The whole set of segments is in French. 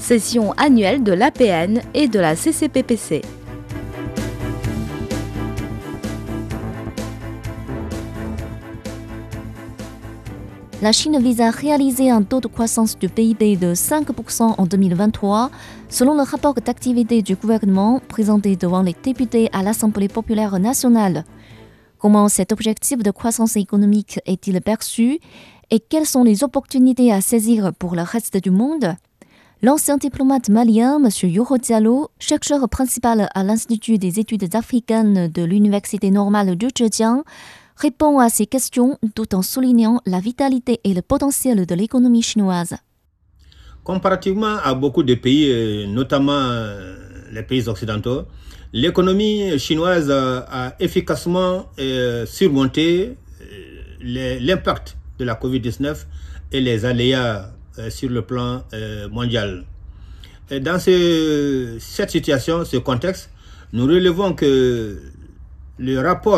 session annuelle de l'APN et de la CCPPC. La Chine vise à réaliser un taux de croissance du PIB de 5% en 2023, selon le rapport d'activité du gouvernement présenté devant les députés à l'Assemblée populaire nationale. Comment cet objectif de croissance économique est-il perçu et quelles sont les opportunités à saisir pour le reste du monde? L'ancien diplomate malien, M. Yoro Diallo, chercheur principal à l'Institut des études africaines de l'Université normale de Zhejiang, répond à ces questions tout en soulignant la vitalité et le potentiel de l'économie chinoise. Comparativement à beaucoup de pays, notamment les pays occidentaux, l'économie chinoise a efficacement surmonté l'impact de la COVID-19 et les aléas sur le plan mondial. Et dans cette situation, ce contexte, nous relevons que le rapport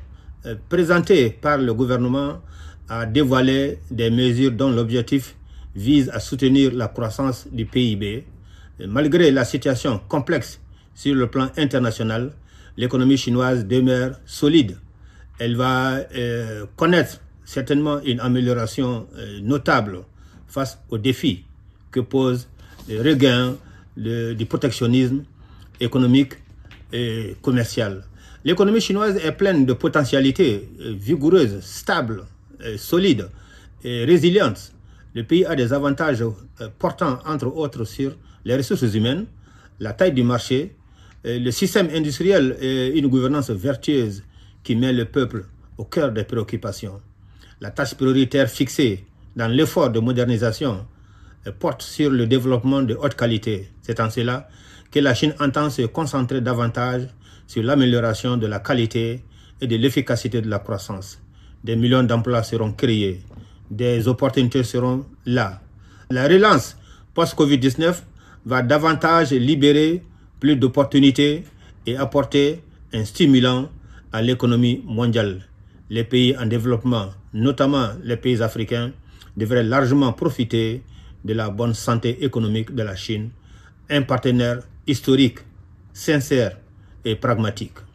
présenté par le gouvernement a dévoilé des mesures dont l'objectif vise à soutenir la croissance du PIB. Et malgré la situation complexe sur le plan international, l'économie chinoise demeure solide. Elle va connaître certainement une amélioration notable face aux défis que pose le regain du protectionnisme économique et commercial. L'économie chinoise est pleine de potentialités vigoureuses, stables, solides et résilientes. Le pays a des avantages portant entre autres sur les ressources humaines, la taille du marché, le système industriel et une gouvernance vertueuse qui met le peuple au cœur des préoccupations. La tâche prioritaire fixée dans l'effort de modernisation porte sur le développement de haute qualité. C'est en cela que la Chine entend se concentrer davantage sur l'amélioration de la qualité et de l'efficacité de la croissance. Des millions d'emplois seront créés, des opportunités seront là. La relance post-Covid-19 va davantage libérer plus d'opportunités et apporter un stimulant à l'économie mondiale. Les pays en développement, notamment les pays africains, devraient largement profiter de la bonne santé économique de la Chine, un partenaire historique, sincère et pragmatique.